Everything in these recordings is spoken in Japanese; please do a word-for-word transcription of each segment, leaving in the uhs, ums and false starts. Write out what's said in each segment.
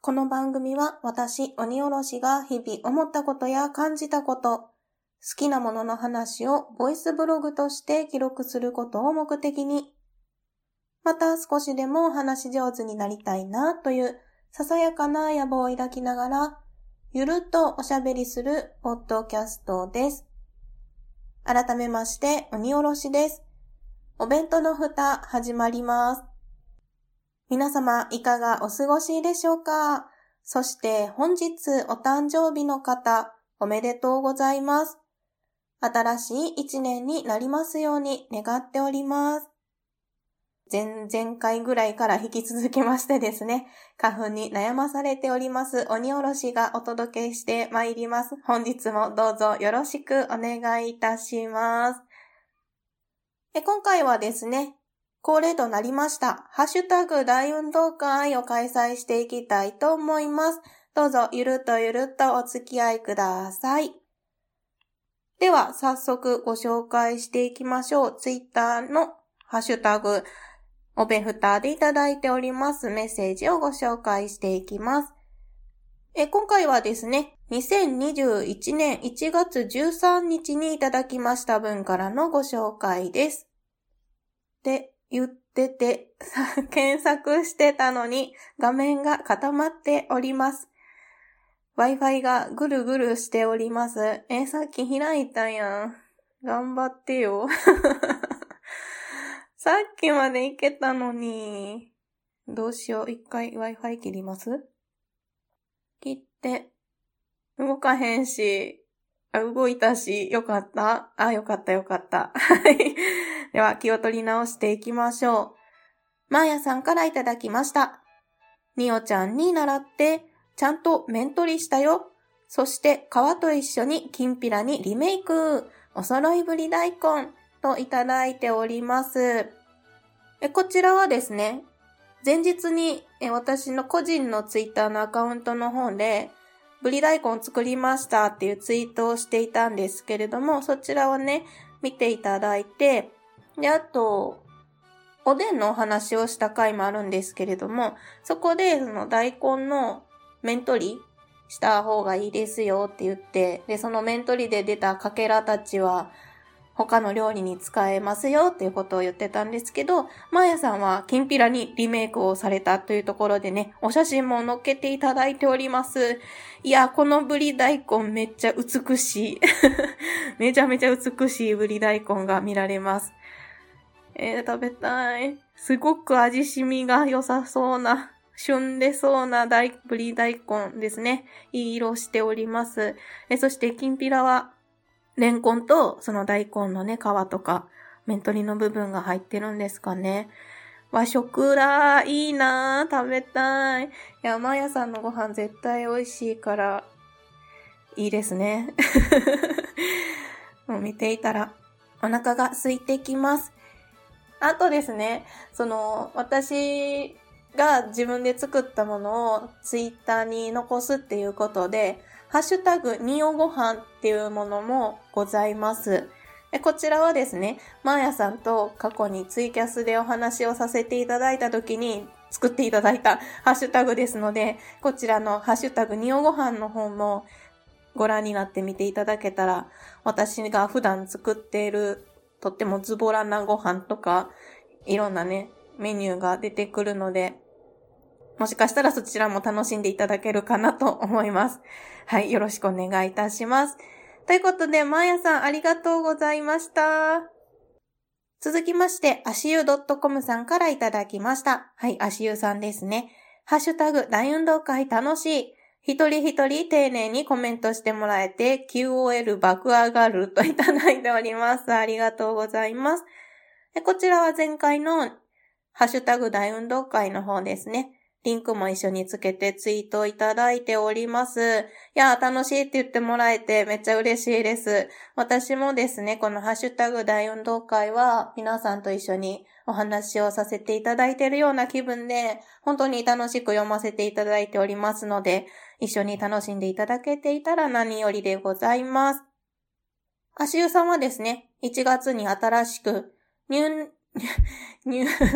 この番組は私、鬼おろしが日々思ったことや感じたこと、好きなものの話をボイスブログとして記録することを目的に、また少しでも話し上手になりたいなというささやかな野望を抱きながら、ゆるっとおしゃべりするポッドキャストです。改めまして、鬼おろしです。お弁当の蓋始まります。皆様いかがお過ごしでしょうか？そして本日お誕生日の方、おめでとうございます。新しい一年になりますように願っております。前々回ぐらいから引き続きましてですね、花粉に悩まされております鬼おろしがお届けしてまいります。本日もどうぞよろしくお願いいたします。え今回はですね、恒例となりました、ハッシュタグ大運動会を開催していきたいと思います。どうぞゆるっとゆるっとお付き合いください。では早速ご紹介していきましょう。ツイッターのハッシュタグ、おべふたでいただいておりますメッセージをご紹介していきます。え今回はですね、にせんにじゅういちねんいちがつじゅうさんにちにいただきました分からのご紹介です。で、言ってて、検索してたのに画面が固まっております。Wi-Fi がぐるぐるしております。え、さっき開いたやん。頑張ってよ。さっきまでいけたのに。どうしよう。一回 Wi-Fi 切ります？切って。動かへんし。あ、動いたし。よかった。あ、よかったよかった。はい。では気を取り直していきましょう。まーやさんからいただきました。におちゃんに習ってちゃんと面取りしたよ。そして皮と一緒にきんぴらにリメイク。お揃いぶり大根といただいております。えこちらはですね、前日にえ私の個人のツイッターのアカウントの方でぶり大根作りましたっていうツイートをしていたんですけれども、そちらをね見ていただいて、であとおでんのお話をした回もあるんですけれども、そこでその大根の面取りした方がいいですよって言って、でその面取りで出たかけらたちは他の料理に使えますよっていうことを言ってたんですけど、まーやさんはきんぴらにリメイクをされたというところでね、お写真も載っけていただいております。いや、このぶり大根めっちゃ美しい。めちゃめちゃ美しいぶり大根が見られます。えー、食べたい。すごく味しみが良さそうな、旬でそうな大ぶり大根ですね。いい色しております。えそしてきんぴらは、レンコンとその大根のね、皮とか、面取りの部分が入ってるんですかね。和食だ。いいな。食べたい。いや、まーやさんのご飯絶対美味しいから、いいですね。もう見ていたら、お腹が空いてきます。あとですね、その、私が自分で作ったものをツイッターに残すっていうことで、ハッシュタグにおごはんっていうものもございます。こちらはですね、まーやさんと過去にツイキャスでお話をさせていただいた時に作っていただいたハッシュタグですので、こちらのハッシュタグにおごはんの方もご覧になってみていただけたら、私が普段作っているとってもズボラなご飯とか、いろんなね、メニューが出てくるので、もしかしたらそちらも楽しんでいただけるかなと思います。はい、よろしくお願いいたします。ということで、まーやさんありがとうございました。続きまして、足湯 .com さんからいただきました。はい、足湯さんですね。ハッシュタグ大運動会楽しい。一人一人丁寧にコメントしてもらえて キューオーエル 爆上がるといただいております。ありがとうございます。こちらは前回のハッシュタグ大運動会の方ですね。リンクも一緒につけてツイートいただいております。いや、楽しいって言ってもらえてめっちゃ嬉しいです。私もですね、このハッシュタグ大運動会は皆さんと一緒にお話をさせていただいているような気分で、本当に楽しく読ませていただいておりますので、一緒に楽しんでいただけていたら何よりでございます。足湯さんはですね、いちがつに新しく入、入、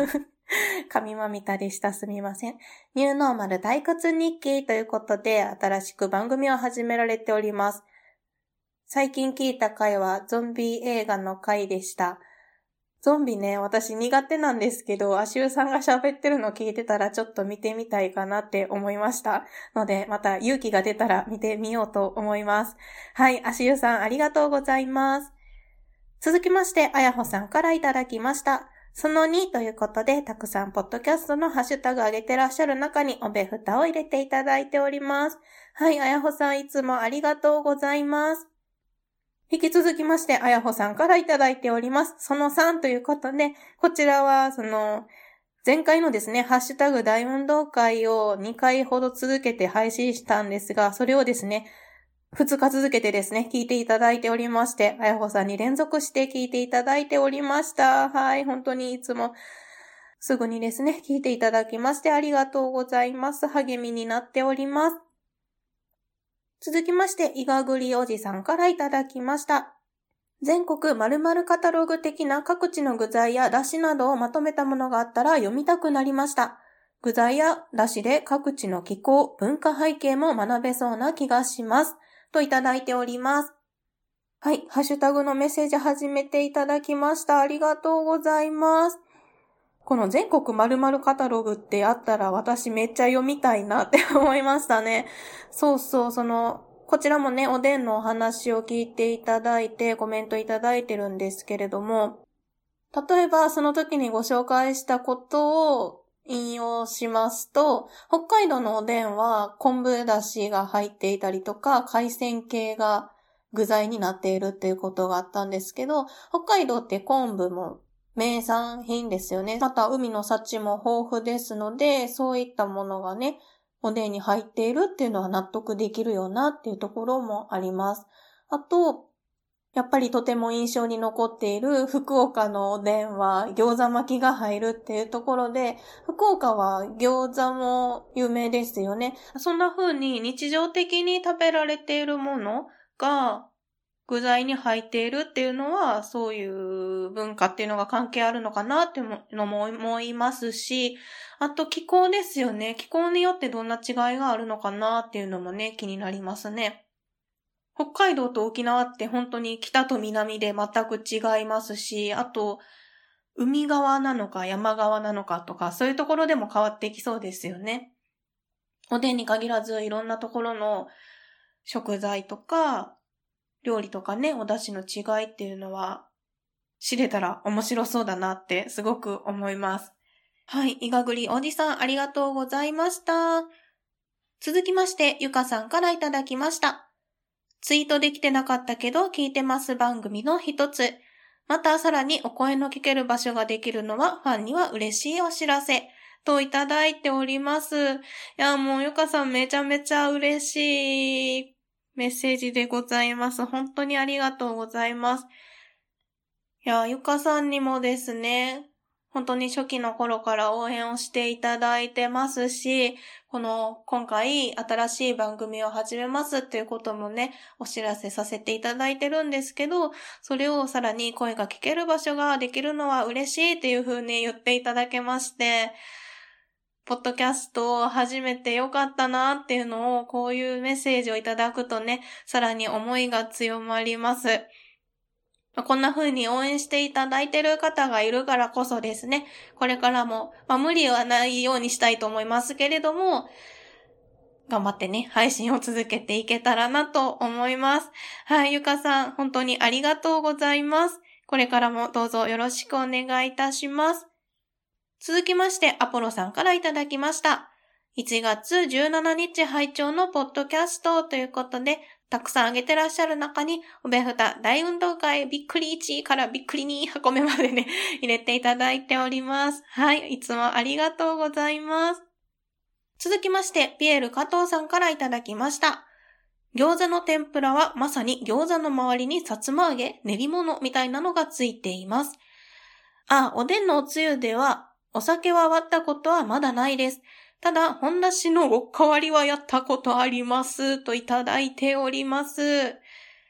噛みまみたりしたすみません。ニューノーマル退屈日記ということで、新しく番組を始められております。最近聞いた回はゾンビ映画の回でした。ゾンビね、私苦手なんですけど、アシューさんが喋ってるの聞いてたらちょっと見てみたいかなって思いました。ので、また勇気が出たら見てみようと思います。はい、アシューさんありがとうございます。続きまして、あやほさんからいただきました。そのにということで、たくさんポッドキャストのハッシュタグ上げてらっしゃる中におべふたを入れていただいております。はい、あやほさんいつもありがとうございます。引き続きまして、あやほさんからいただいております。そのさんということで、こちらは、その、前回のですね、ハッシュタグ大運動会をにかいほど続けて配信したんですが、それをですね、ふつか続けてですね、聞いていただいておりまして、あやほさんに連続して聞いていただいておりました。はい、本当にいつもすぐにですね、聞いていただきましてありがとうございます。励みになっております。続きまして、いがぐりおじさんからいただきました。全国〇〇カタログ的な各地の具材や出汁などをまとめたものがあったら読みたくなりました。具材や出汁で各地の気候、文化背景も学べそうな気がします。といただいております。はい、ハッシュタグのメッセージ始めていただきました。ありがとうございます。この全国〇〇カタログってあったら私めっちゃ読みたいなって思いましたね。そうそう、その、こちらもね、おでんのお話を聞いていただいてコメントいただいてるんですけれども、例えばその時にご紹介したことを引用しますと、北海道のおでんは昆布だしが入っていたりとか、海鮮系が具材になっているっていうことがあったんですけど、北海道って昆布も名産品ですよね。また海の幸も豊富ですので、そういったものがね、おでんに入っているっていうのは納得できるよなっていうところもあります。あと、やっぱりとても印象に残っている福岡のおでんは餃子巻きが入るっていうところで、福岡は餃子も有名ですよね。そんな風に日常的に食べられているものが具材に入っているっていうのは、そういう文化っていうのが関係あるのかなっていうのも思いますし、あと気候ですよね。気候によってどんな違いがあるのかなっていうのもね、気になりますね。北海道と沖縄って本当に北と南で全く違いますし、あと、海側なのか山側なのかとか、そういうところでも変わってきそうですよね。おでんに限らずいろんなところの食材とか、料理とかね、お出汁の違いっていうのは知れたら面白そうだなってすごく思います。はい、いがぐりおじさんありがとうございました。続きまして、ゆかさんからいただきました。ツイートできてなかったけど聞いてます番組の一つ。またさらにお声の聞ける場所ができるのはファンには嬉しいお知らせ。といただいております。いや、もうゆかさんめちゃめちゃ嬉しいメッセージでございます。本当にありがとうございます。いや、ゆかさんにもですね、本当に初期の頃から応援をしていただいてますし、この今回新しい番組を始めますっていうこともね、お知らせさせていただいてるんですけど、それをさらに声が聞ける場所ができるのは嬉しいっていう風に言っていただけまして、ポッドキャストを始めてよかったなっていうのを、こういうメッセージをいただくとね、さらに思いが強まります。こんな風に応援していただいてる方がいるからこそですね、これからも、まあ無理はないようにしたいと思いますけれども、頑張ってね、配信を続けていけたらなと思います。はい、ゆかさん、本当にありがとうございます。これからもどうぞよろしくお願いいたします。続きまして、アポロさんからいただきました。いちがつじゅうしちにち拝聴のポッドキャストということで、たくさんあげてらっしゃる中に、おべふた大運動会びっくりいちからびっくりに箱目までね、入れていただいております。はい、いつもありがとうございます。続きまして、ピエール加藤さんからいただきました。餃子の天ぷらはまさに餃子の周りにさつま揚げ、練り物みたいなのがついています。あ、おでんのおつゆでは、お酒は割ったことはまだないです。ただ、本だしのおかわりはやったことあります。といただいております。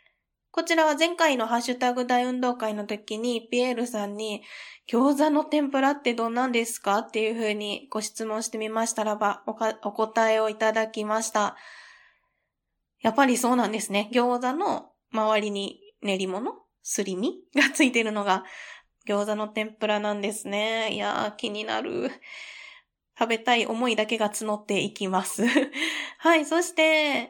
こちらは前回のハッシュタグ大運動会の時にピエールさんに餃子の天ぷらってどんなんですかっていう風にご質問してみましたらばおか、お答えをいただきました。やっぱりそうなんですね。餃子の周りに練り物すり身がついているのが餃子の天ぷらなんですね。いやー気になる。食べたい思いだけが募っていきます。はい、そして、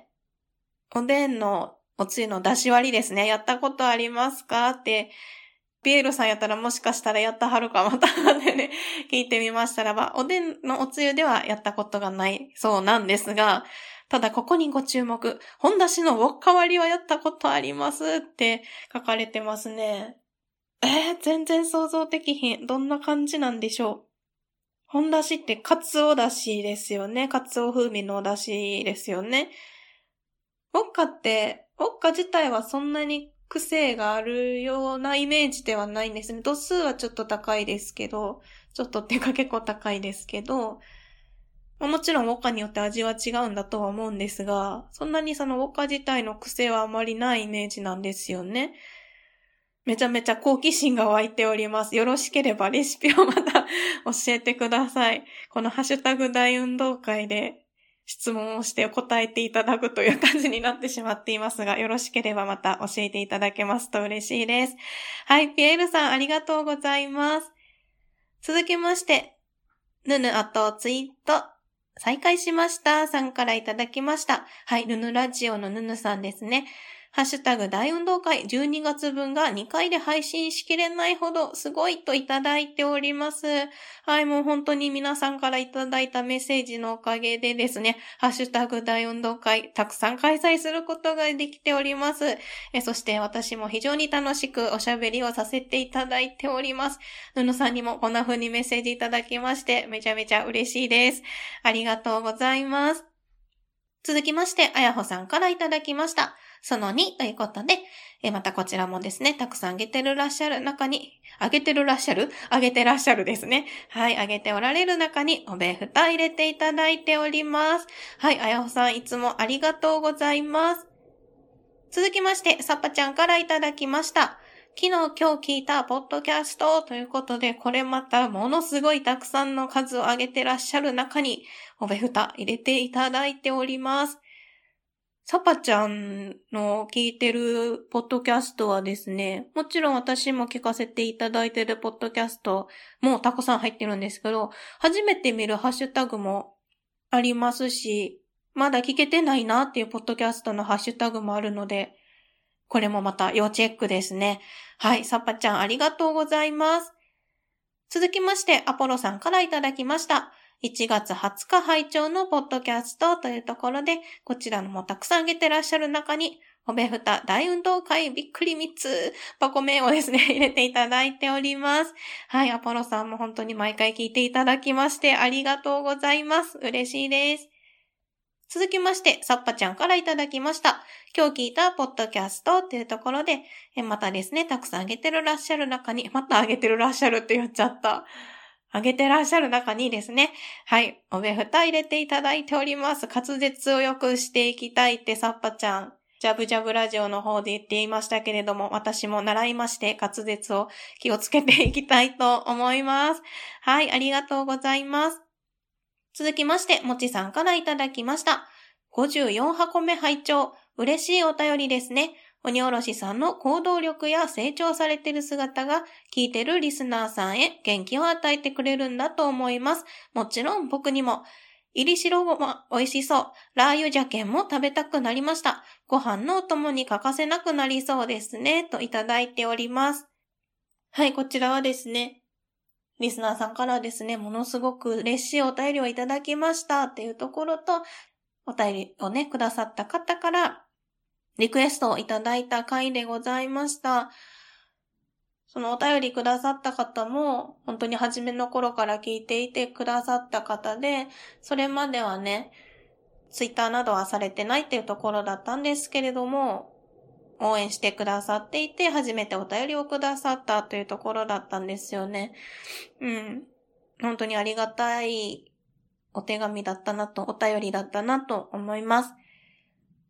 おでんのおつゆの出し割りですね。やったことありますかって、ピエールさんやったらもしかしたらやったはるかまたでね、聞いてみましたらば、おでんのおつゆではやったことがないそうなんですが、ただここにご注目、本だしのウォッカ割りはやったことありますって書かれてますね。えー、全然想像できひん。どんな感じなんでしょう。本だしってカツオだしですよね。カツオ風味のおだしですよね。ウォッカって、ウォッカ自体はそんなに癖があるようなイメージではないんですね。度数はちょっと高いですけど、ちょっとっていうか結構高いですけど、もちろんウォッカによって味は違うんだとは思うんですが、そんなにそのウォッカ自体の癖はあまりないイメージなんですよね。めちゃめちゃ好奇心が湧いております。よろしければレシピをまた教えてください。このハッシュタグ大運動会で質問をして答えていただくという感じになってしまっていますが、よろしければまた教えていただけますと嬉しいです。はい、ピエールさんありがとうございます。続きまして、ぬぬあとツイート再開しましたさんからいただきました。はい、ぬぬラジオのぬぬさんですね。ハッシュタグ大運動会じゅうにがつぶんがにかいで配信しきれないほどすごいといただいております。はい、もう本当に皆さんからいただいたメッセージのおかげでですね、ハッシュタグ大運動会たくさん開催することができております。えそして私も非常に楽しくおしゃべりをさせていただいております。ぬぬさんにもこんな風にメッセージいただきましてめちゃめちゃ嬉しいです。ありがとうございます。続きまして、あやほさんからいただきました。そのにということで、えまたこちらもですね、たくさんあげてるらっしゃる中に、あげてるらっしゃるあげてらっしゃるですね。はい、あげておられる中におべふた入れていただいております。はい、あやほさんいつもありがとうございます。続きまして、さっぱちゃんからいただきました。昨日今日聞いたポッドキャストということで、これまたものすごいたくさんの数を上げてらっしゃる中に、おべふた入れていただいております。さぱちゃんの聞いてるポッドキャストはですね、もちろん私も聞かせていただいてるポッドキャストもたくさん入ってるんですけど、初めて見るハッシュタグもありますし、まだ聞けてないなっていうポッドキャストのハッシュタグもあるので、これもまた要チェックですね。はい、さっぱちゃんありがとうございます。続きまして、アポロさんからいただきました。いちがつはつか拝聴のポッドキャストというところで、こちらのもたくさんあげてらっしゃる中に、おべふた大運動会びっくりみっつ箱名をですね、入れていただいております。はい、アポロさんも本当に毎回聞いていただきましてありがとうございます。嬉しいです。続きまして、さっぱちゃんからいただきました。今日聞いたポッドキャストっていうところで、えまたですね、たくさんあげてるらっしゃる中に、またあげてるらっしゃるって言っちゃった。あげてらっしゃる中にですね、はい、おべふた入れていただいております。滑舌を良くしていきたいってさっぱちゃん、ジャブジャブラジオの方で言っていましたけれども、私も習いまして滑舌を気をつけていきたいと思います。はい、ありがとうございます。続きまして、もちさんからいただきました。ごじゅうよんはこめ拝聴。嬉しいお便りですね。鬼おろしさんの行動力や成長されている姿が聞いてるリスナーさんへ元気を与えてくれるんだと思います。もちろん僕にも。入り白ごま美味しそう。ラー油鮭も食べたくなりました。ご飯のお供に欠かせなくなりそうですね。といただいております。はい、こちらはですね、リスナーさんからですね、ものすごく嬉しいお便りをいただきましたっていうところと、お便りをね、くださった方から、リクエストをいただいた回でございました。そのお便りくださった方も、本当に初めの頃から聞いていてくださった方で、それまではね、ツイッターなどはされてないっていうところだったんですけれども、応援してくださっていて、初めてお便りをくださったというところだったんですよね。うん。本当にありがたいお手紙だったなと、お便りだったなと思います。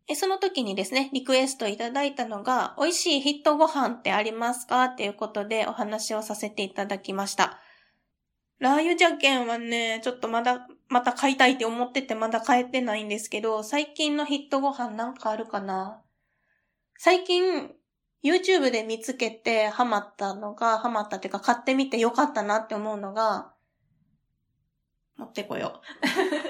えその時にですね、リクエストいただいたのが、美味しいヒットご飯ってありますかっていうことでお話をさせていただきました。ラー油茶券はね、ちょっとまだ、また買いたいって思っててまだ買えてないんですけど、最近のヒットご飯なんかあるかな？最近、YouTube で見つけてハマったのが、ハマったっていうか買ってみてよかったなって思うのが、持ってこよう。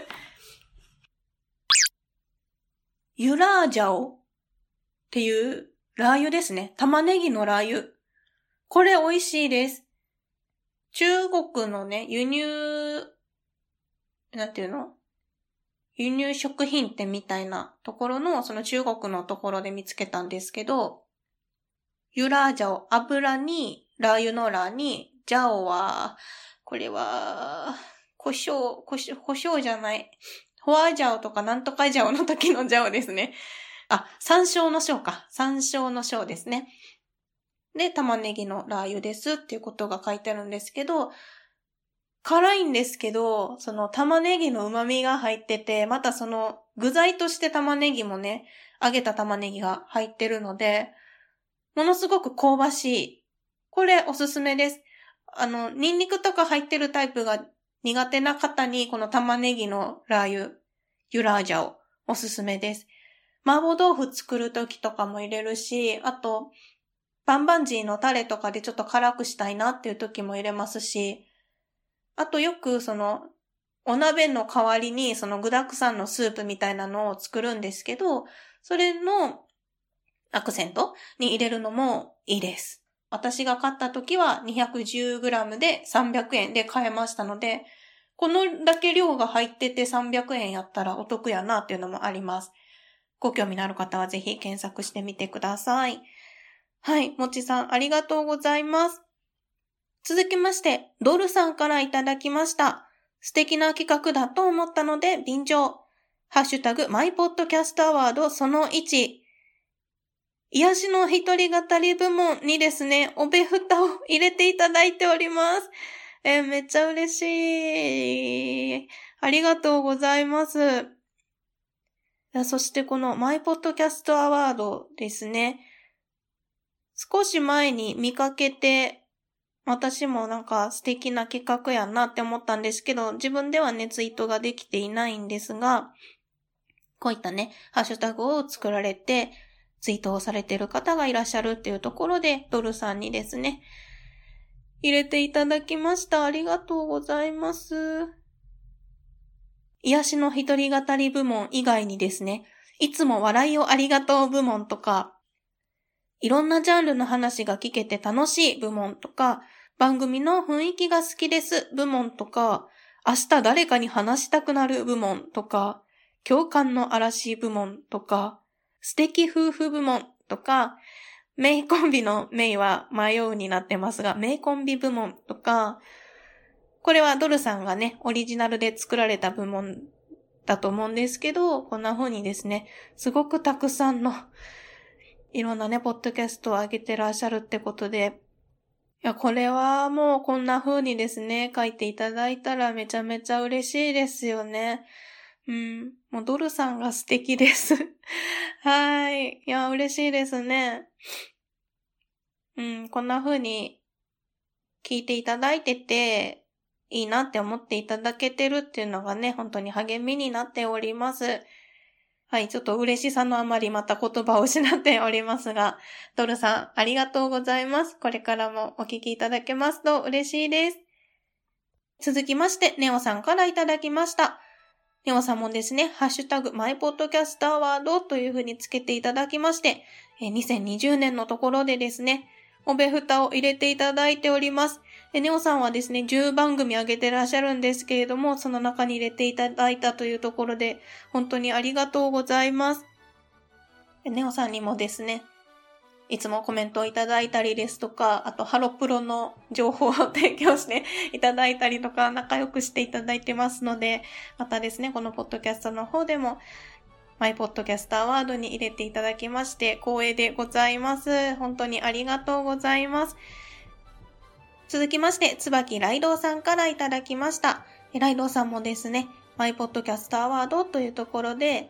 ユラージャオっていうラー油ですね。玉ねぎのラー油。これ美味しいです。中国のね、輸入、なんていうの？輸入食品店みたいなところの、その中国のところで見つけたんですけど、ユラージャオ、油に、ラー油のラーに、ジャオは、これは、胡椒、胡椒、胡椒じゃない。ホアジャオとかなんとかジャオの時のジャオですね。あ、山椒の椒か。山椒の椒ですね。で、玉ねぎのラー油ですっていうことが書いてあるんですけど、辛いんですけど、その玉ねぎの旨味が入ってて、またその具材として玉ねぎもね、揚げた玉ねぎが入ってるので、ものすごく香ばしい。これおすすめです。あの、ニンニクとか入ってるタイプが苦手な方に、この玉ねぎのラー油、ユラージャオ、おすすめです。麻婆豆腐作るときとかも入れるし、あと、バンバンジーのタレとかでちょっと辛くしたいなっていう時も入れますし、あとよくその、お鍋の代わりにその具沢山のスープみたいなのを作るんですけど、それのアクセントに入れるのもいいです。私が買った時は にひゃくじゅうグラム でさんびゃくえんで買えましたので、このだけ量が入っててさんびゃくえんやったらお得やなっていうのもあります。ご興味のある方はぜひ検索してみてください。はい、もちさんありがとうございます。続きまして、ドルさんからいただきました。素敵な企画だと思ったので便乗。ハッシュタグマイポッドキャストアワードそのいち。癒しの一人語り部門にですね、おべふたを入れていただいております。えー、めっちゃ嬉しい。ありがとうございます。そしてこのマイポッドキャストアワードですね。少し前に見かけて、私もなんか素敵な企画やなって思ったんですけど、自分ではね、ツイートができていないんですが、こういったね、ハッシュタグを作られて、ツイートをされている方がいらっしゃるっていうところで、ドルさんにですね、入れていただきました。ありがとうございます。癒しの一人語り部門以外にですね、いつも笑いをありがとう部門とか、いろんなジャンルの話が聞けて楽しい部門とか、番組の雰囲気が好きです部門とか、明日誰かに話したくなる部門とか、共感の嵐部門とか、素敵夫婦部門とか、メイコンビのメイは迷うになってますが、メイコンビ部門とか、これはドルさんがね、オリジナルで作られた部門だと思うんですけど、こんな風にですね、すごくたくさんのいろんなね、ポッドキャストを上げてらっしゃるってことで、いや、これはもうこんな風にですね、書いていただいたらめちゃめちゃ嬉しいですよね。うん。もうドルさんが素敵です。はい。いや、嬉しいですね。うん、こんな風に聞いていただいてて、いいなって思っていただけてるっていうのがね、本当に励みになっております。はい、ちょっと嬉しさのあまりまた言葉を失っておりますが、ドルさんありがとうございます。これからもお聞きいただけますと嬉しいです。続きまして、ネオさんからいただきました。ネオさんもですね、ハッシュタグマイポッドキャストアワードというふうにつけていただきまして、にせんにじゅうねんのところでですね、おべふたを入れていただいております。ネオさんはですね、じゅうばんぐみ上げてらっしゃるんですけれども、その中に入れていただいたというところで、本当にありがとうございます。ネオさんにもですね、いつもコメントをいただいたりですとか、あとハロプロの情報を提供していただいたりとか、仲良くしていただいてますので、またですね、このポッドキャストの方でも、マイポッドキャストアワードに入れていただきまして、光栄でございます。本当にありがとうございます。続きまして、つばきライドウさんからいただきました。ライドウさんもですね、マイポッドキャストアワードというところで、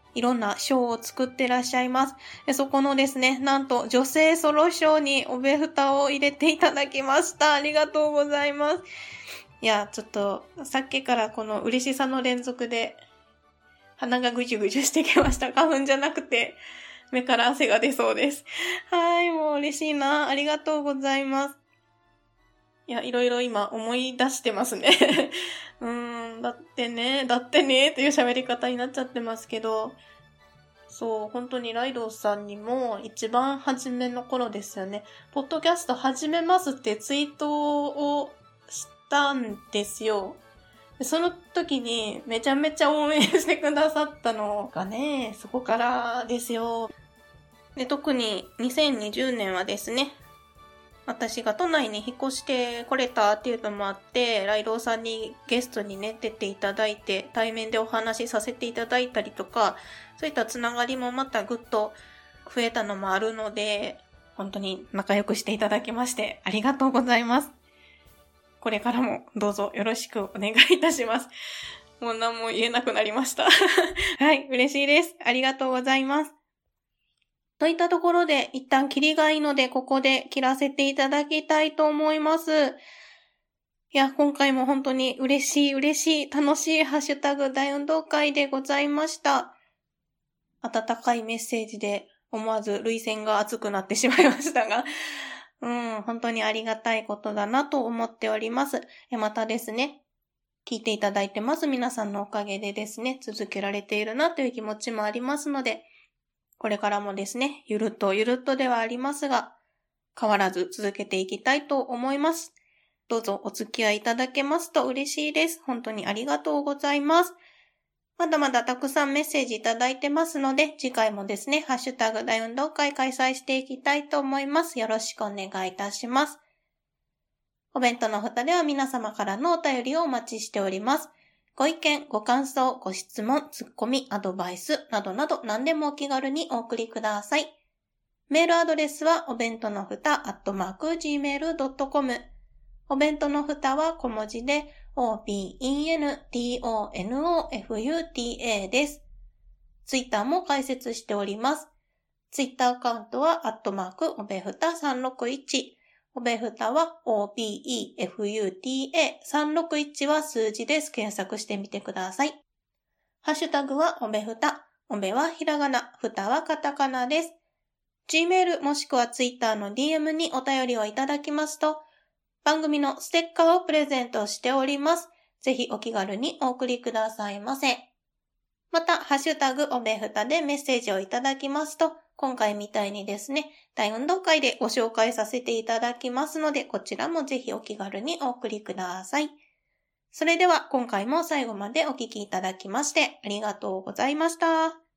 いろんな賞を作ってらっしゃいます。でそこのですね、なんと女性ソロ賞におべふたを入れていただきました。ありがとうございます。いや、ちょっと、さっきからこの嬉しさの連続で、鼻がぐじゅぐじゅしてきました。花粉じゃなくて、目から汗が出そうです。はい、もう嬉しいな。ありがとうございます。いや、いろいろ今思い出してますね。うーん、だってね、だってね、という喋り方になっちゃってますけど、そう、本当にライドさんにも一番初めの頃ですよね。ポッドキャスト始めますってツイートをしたんですよ。その時にめちゃめちゃ応援してくださったのがね、そこからですよ。で、特ににせんにじゅうねんはですね、私が都内に引っ越してこれたっていうのもあって、ライドウさんにゲストにね、出ていただいて、対面でお話しさせていただいたりとか、そういったつながりもまたぐっと増えたのもあるので、本当に仲良くしていただきましてありがとうございます。これからもどうぞよろしくお願いいたします。もう何も言えなくなりました。はい、嬉しいです。ありがとうございます。といったところで、一旦切りがいいので、ここで切らせていただきたいと思います。いや、今回も本当に嬉しい、嬉しい、楽しいハッシュタグ大運動会でございました。温かいメッセージで思わず涙腺が熱くなってしまいましたが、うん、本当にありがたいことだなと思っております。またですね、聞いていただいてます皆さんのおかげでですね、続けられているなという気持ちもありますので、これからもですね、ゆるっとゆるっとではありますが、変わらず続けていきたいと思います。どうぞお付き合いいただけますと嬉しいです。本当にありがとうございます。まだまだたくさんメッセージいただいてますので、次回もですね、ハッシュタグ大運動会開催していきたいと思います。よろしくお願いいたします。お弁当の蓋では皆様からのお便りをお待ちしております。ご意見、ご感想、ご質問、ツッコミ、アドバイスなどなど何でもお気軽にお送りください。メールアドレスはお弁当のふたアットマークジーメールドットコム。お弁当のふたは小文字で オービーイーエヌティーオーエヌオーエフユーティーエー です。ツイッターも開設しております。ツイッターアカウントはアットマークおべふたさんろくいち。おべふたは オービーイーエフユーティーエーさんろくいち は数字です。検索してみてください。ハッシュタグはおべふた。おべはひらがな、ふたはカタカナです。Gmail もしくは Twitter の ディーエム にお便りをいただきますと、番組のステッカーをプレゼントしております。ぜひお気軽にお送りくださいませ。また、ハッシュタグおべふたでメッセージをいただきますと、今回みたいにですね、大運動会でご紹介させていただきますので、こちらもぜひお気軽にお送りください。それでは今回も最後までお聞きいただきましてありがとうございました。